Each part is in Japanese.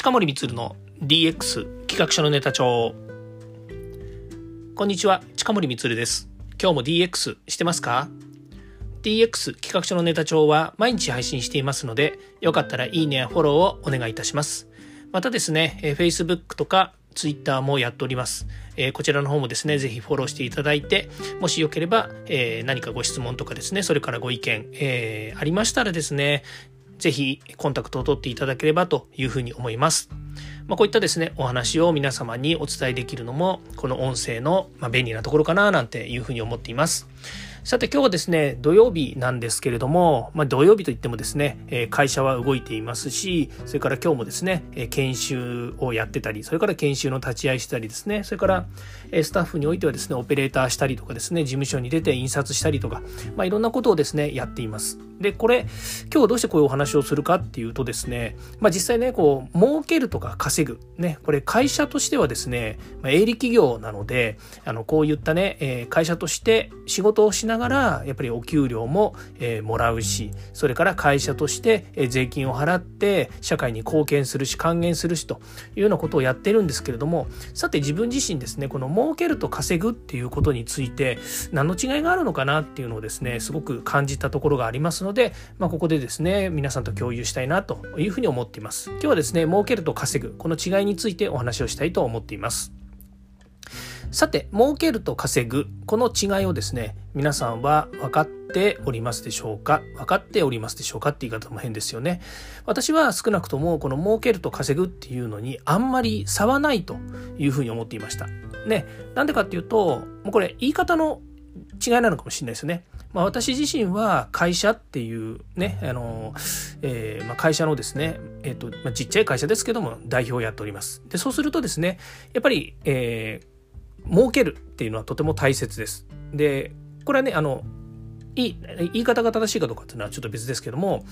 近森光の DX 企画書のネタ帳。こんにちは、近森光です。今日も DX してますか？ DX 企画書のネタ帳は毎日配信していますので、よかったらいいねやフォローをお願いいたします。またですね、Facebook とか Twitter もやっております。こちらの方もですね、ぜひフォローしていただいて、もしよければ、何かご質問とかですね、それからご意見、ありましたらですね、ぜひコンタクトを取っていただければというふうに思います。こういったですね、お話を皆様にお伝えできるのも、この音声の便利なところかななんていうふうに思っています。さて今日はですね、土曜日なんですけれども、土曜日といってもですね、会社は動いていますし、それから今日もですね、研修をやってたり、それから研修の立ち会いしたりですね、それからスタッフにおいてはですね、オペレーターしたりとかですね、事務所に出て印刷したりとか、いろんなことをですね、やっています。で、これ、今日どうしてこういうお話をするかっていうとですね、実際ね、儲けるとか稼ぐ。ね、これ会社としてはですね、営利企業なので、こういったね、会社として仕事をしながら、やっぱりお給料も、もらうし、それから会社として、税金を払って、社会に貢献するし、還元するしというようなことをやってるんですけれども、さて自分自身ですね、この儲けると稼ぐっていうことについて、何の違いがあるのかなっていうのをですね、すごく感じたところがありますので、ここでですね、皆さんと共有したいなというふうに思っています。今日はですね、儲けると稼ぐ、この違いについてお話をしたいと思っています。さて、儲けると稼ぐ、この違いをですね、皆さんは分かっておりますでしょうか？分かっておりますでしょうかって言い方も変ですよね。私は少なくともこの儲けると稼ぐっていうのにあんまり差はないというふうに思っていました。ね、なんでかっていうと、もうこれ言い方の違いなのかもしれないですよね。私自身は会社っていうね、会社のですね、ちっちゃい会社ですけども代表をやっております。で、そうするとですね、やっぱり、儲けるっていうのはとても大切です。で、これはね、言い方が正しいかどうかっていうのはちょっと別ですけども、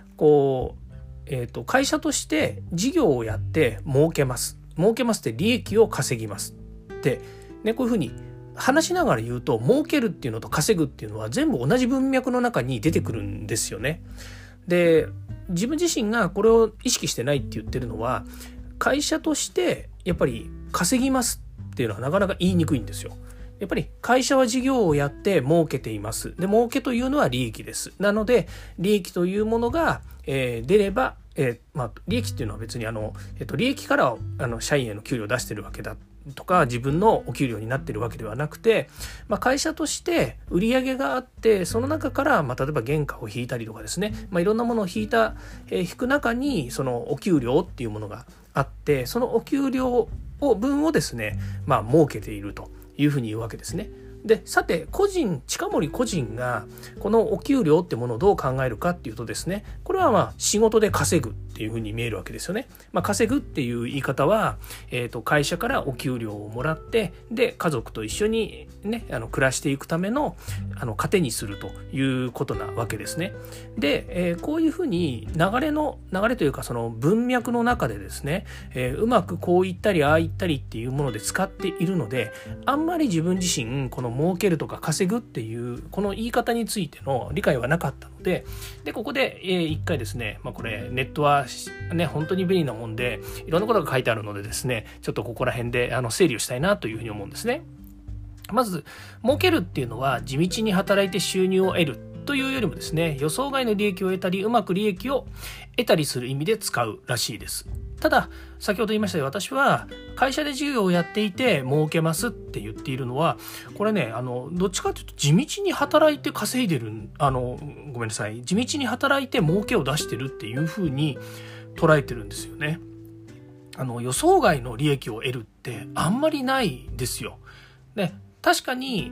会社として事業をやって儲けます。儲けますって利益を稼ぎます。で、ね、こういうふうに話しながら言うと、儲けるっていうのと稼ぐっていうのは全部同じ文脈の中に出てくるんですよね。で、自分自身がこれを意識してないって言ってるのは、会社としてやっぱり稼ぎますっていうのはなかなか言いにくいんですよ。やっぱり会社は事業をやって儲けています。で、儲けというのは利益です。なので、利益というものが、出れば、利益っていうのは別に利益から社員への給料を出してるわけだとか、自分のお給料になってるわけではなくて、会社として売り上げがあって、その中から例えば原価を引いたりとかですね、いろんなものを引く中にそのお給料っていうものがあって、そのお給料分をですね、儲けているというふうに言うわけですね。で、さて近森個人がこのお給料ってものをどう考えるかっていうとですね、これは仕事で稼ぐっていうふうに見えるわけですよね。稼ぐっていう言い方は、会社からお給料をもらって、で家族と一緒にね、暮らしていくための糧にするということなわけですね。で、こういうふうに流れというか、その文脈の中でですね、うまくこう言ったりああ言ったりっていうもので使っているので、あんまり自分自身この儲けるとか稼ぐっていうこの言い方についての理解はなかったので、ここで一回ですね、これネットはね、本当に便利なもんでいろんなことが書いてあるのでですね、ちょっとここら辺で整理をしたいなというふうに思うんですね。まず、儲けるっていうのは地道に働いて収入を得るというよりもですね、予想外の利益を得たり、うまく利益を得たりする意味で使うらしいです。ただ、先ほど言いましたように、私は会社で事業をやっていて儲けますって言っているのは、これね、どっちかというと地道に働いて稼いでる、ごめんなさい、地道に働いて儲けを出してるっていうふうに捉えてるんですよね。予想外の利益を得るってあんまりないですよ。ね、確かに、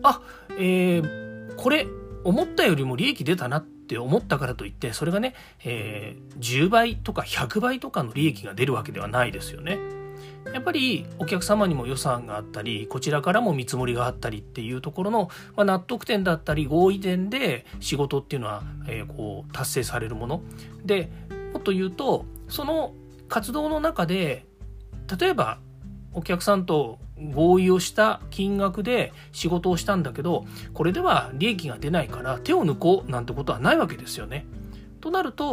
これ思ったよりも利益出たなって思ったからといって、それがね、10倍とか100倍とかの利益が出るわけではないですよね。やっぱりお客様にも予算があったり、こちらからも見積もりがあったりっていうところの、納得点だったり合意点で仕事っていうのは、達成されるもので、もっと言うとその活動の中で、例えばお客さんと合意をした金額で仕事をしたんだけど、これでは利益が出ないから手を抜こうなんてことはないわけですよね。となると、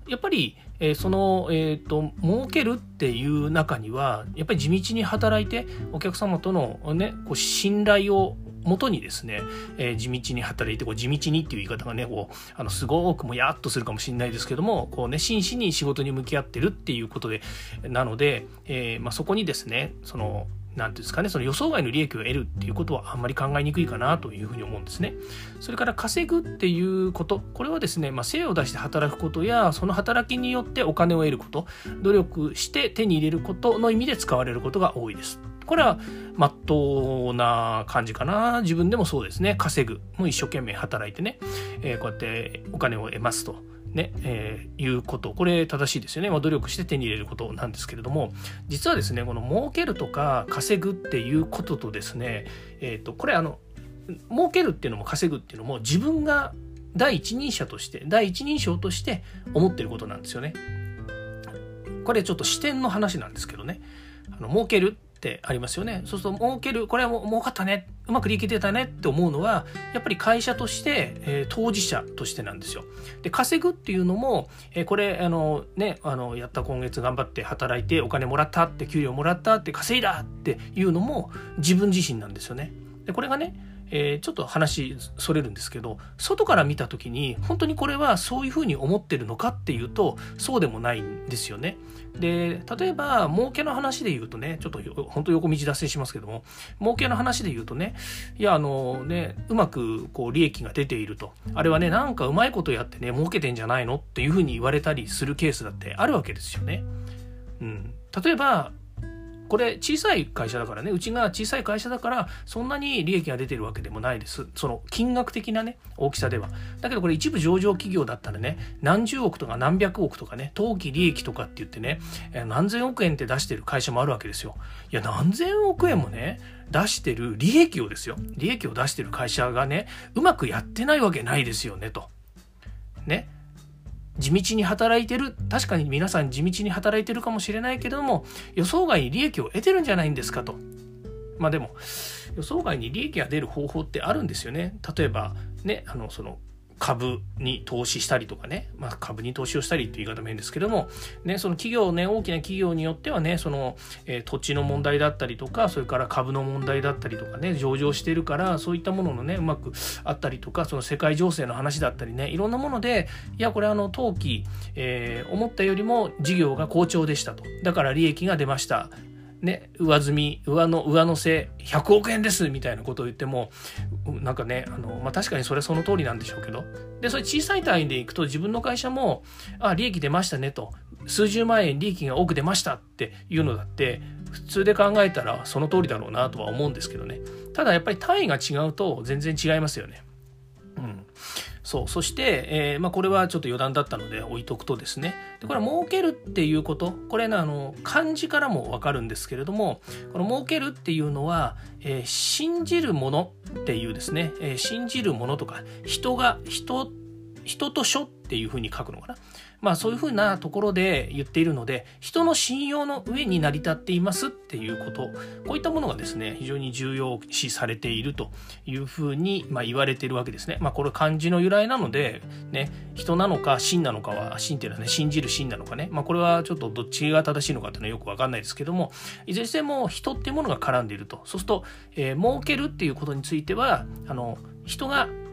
やっぱり、儲けるっていう中にはやっぱり地道に働いてお客様とのねこう信頼をもとにですね、地道に働いて地道にっていう言い方がねすごくもやっとするかもしれないですけども真摯に仕事に向き合ってるっていうことでなので、そこにですねなんていうんですかね、その予想外の利益を得るっていうことはあんまり考えにくいかなというふうに思うんですね。それから稼ぐっていうこと、これはですね、精を出して働くことやその働きによってお金を得ること、努力して手に入れることの意味で使われることが多いです。これは真っ当な感じかな。自分でもそうですね。稼ぐもう一生懸命働いてね、こうやってお金を得ますと。いうこと、これ正しいですよね。努力して手に入れることなんですけれども、実はですね、この儲けるとか稼ぐっていうこととですね、これ儲けるっていうのも稼ぐっていうのも自分が第一人称として思ってることなんですよね。これちょっと視点の話なんですけどね、儲けるってありますよね。そうすると儲ける、これは儲かったね、うまく利益出たねって思うのはやっぱり会社として、当事者としてなんですよ。で稼ぐっていうのも、これやった今月頑張って働いてお金もらったって給料もらったって稼いだっていうのも自分自身なんですよね。でこれがねちょっと話それるんですけど、外から見た時に本当にこれはそういうふうに思ってるのかっていうとそうでもないんですよね。で例えば儲けの話で言うとね、ちょっと本当横道脱線しますけども、儲けの話で言うとね、いやうまく利益が出ていると、あれはねなんかうまいことやってね儲けてんじゃないのっていうふうに言われたりするケースだってあるわけですよね。例えばこれ小さい会社だからね、うちが小さい会社だからそんなに利益が出てるわけでもないです。その金額的なね大きさでは。だけどこれ一部上場企業だったらね、何十億とか何百億とかね、当期利益とかって言ってね、何千億円って出してる会社もあるわけですよ。いや何千億円もね出してる利益を出してる会社がねうまくやってないわけないですよねと。ね。地道に働いてる、確かに皆さん地道に働いてるかもしれないけれども予想外に利益を得てるんじゃないんですかと。でも予想外に利益が出る方法ってあるんですよね。例えばねその株に投資したりとかね、株に投資をしたりっていう言い方も変ですけどもね、その企業ね、大きな企業によってはねその、土地の問題だったりとか、それから株の問題だったりとかね、上場しているからそういったもののねうまくあったりとか、その世界情勢の話だったりね、いろんなものでいやこれ当期、思ったよりも事業が好調でしたと、だから利益が出ましたね、上乗せ100億円ですみたいなことを言ってもなんかね確かにそれはその通りなんでしょうけど、でそれ小さい単位でいくと自分の会社も利益出ましたねと、数十万円利益が多く出ましたっていうのだって普通で考えたらその通りだろうなとは思うんですけどね。ただやっぱり単位が違うと全然違いますよね。そして、これはちょっと余談だったので置いとくとですね、でこれは儲けるっていうこと、これ漢字からも分かるんですけれども、この儲けるっていうのは、信じるものっていうですね、信じるものとか人と書っていうふうに書くのかな。そういうふうなところで言っているので、人の信用の上に成り立っていますっていうこと、こういったものがですね非常に重要視されているというふうに言われているわけですね。これ漢字の由来なのでね、人なのか信なのかは、信っていうのはね信じる信なのかね、これはちょっとどっちが正しいのかっていうのはよく分かんないですけども、いずれにしても人っていうものが絡んでいると。そうすると、儲けるっていうことについては人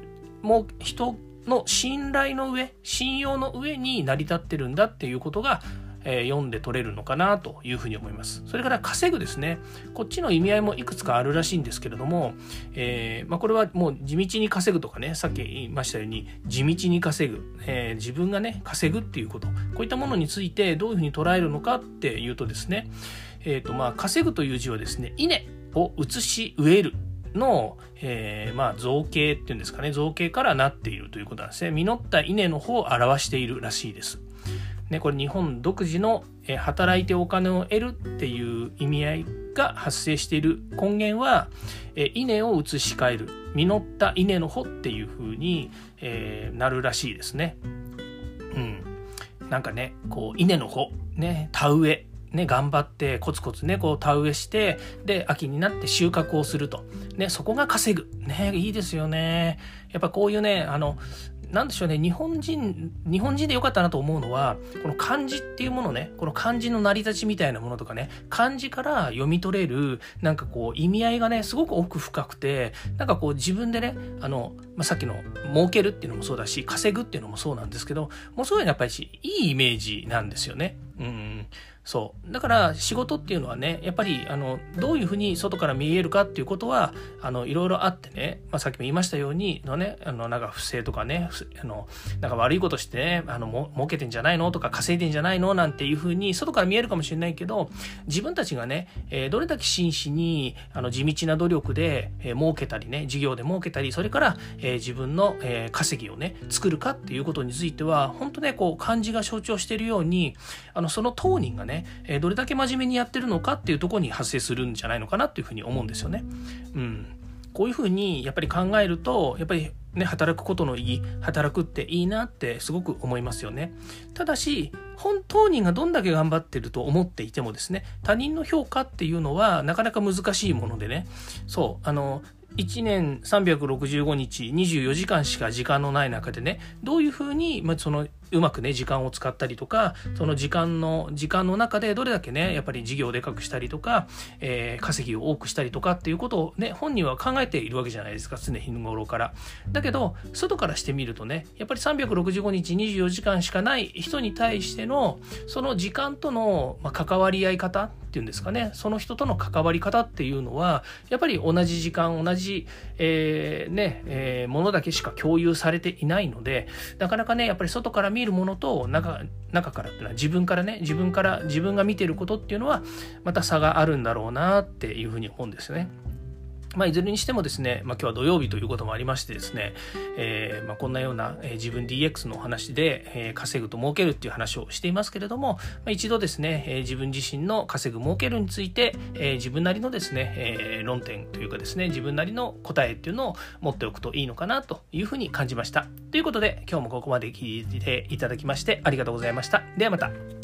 の信頼の上、信用の上に成り立ってるんだっていうことが、読んで取れるのかなというふうに思います。それから稼ぐですね、こっちの意味合いもいくつかあるらしいんですけれども、これはもう地道に稼ぐとかね、さっき言いましたように地道に稼ぐ、自分がね稼ぐっていうこと、こういったものについてどういうふうに捉えるのかっていうとですね、稼ぐという字はですね、稲を移し植えるの、造形っていうんですかね、造形からなっているということなんですね。実った稲の方を表しているらしいです。これ日本独自の働いてお金を得るっていう意味合いが発生している根源は、稲を移し替える、実った稲の穂っていう風に、なるらしいですね。なんかね、稲の穂ね、田植えね、頑張ってコツコツね田植えして、で秋になって収穫をするとね、そこが稼ぐね、いいですよね。やっぱこういうねなんでしょうね、日本人でよかったなと思うのは、この漢字っていうものね、この漢字の成り立ちみたいなものとかね、漢字から読み取れる、なんかこう、意味合いがね、すごく奥深くて、なんかこう、自分でね、さっきの儲けるっていうのもそうだし、稼ぐっていうのもそうなんですけど、もうそういうのやっぱりいいイメージなんですよね。そうだから仕事っていうのはね、やっぱりどういうふうに外から見えるかっていうことはいろいろあってね、さっきも言いましたようになんか不正とかね、なんか悪いことしてね、儲けてんじゃないのとか稼いでんじゃないのなんていうふうに外から見えるかもしれないけど、自分たちがね、どれだけ真摯に地道な努力で儲けたりね、事業で儲けたり、それから自分の稼ぎをね作るかっていうことについては、本当ね、こう漢字が象徴しているようにその当人がね、どれだけ真面目にやってるのかっていうところに発生するんじゃないのかなっていうふうに思うんですよね。こういうふうにやっぱり考えると、やっぱりね、働くことの意義、働くっていいなってすごく思いますよね。ただし、当人がどんだけ頑張ってると思っていてもですね、他人の評価っていうのはなかなか難しいものでね、1年365日24時間しか時間のない中でね、どういうふうに、うまくね時間を使ったりとか、その時間の中でどれだけねやっぱり事業をでかくしたりとか、稼ぎを多くしたりとかっていうことをね本人は考えているわけじゃないですか、常日頃から。だけど外からしてみるとね、やっぱり365日24時間しかない人に対してのその時間との関わり合い方っていうんですかね、その人との関わり方っていうのはやっぱり同じ時間同じ、ものだけしか共有されていないので、なかなかねやっぱり外から見るものと中からっていうのは自分が見てることっていうのはまた差があるんだろうなっていうふうに思うんですよね。いずれにしてもですね、今日は土曜日ということもありましてですね、こんなような、自分 DX のお話で、稼ぐと儲けるっていう話をしていますけれども、一度ですね、自分自身の稼ぐ儲けるについて、自分なりのですね、論点というかですね、自分なりの答えっていうのを持っておくといいのかなというふうに感じました。ということで、今日もここまで聞いていただきましてありがとうございました。ではまた。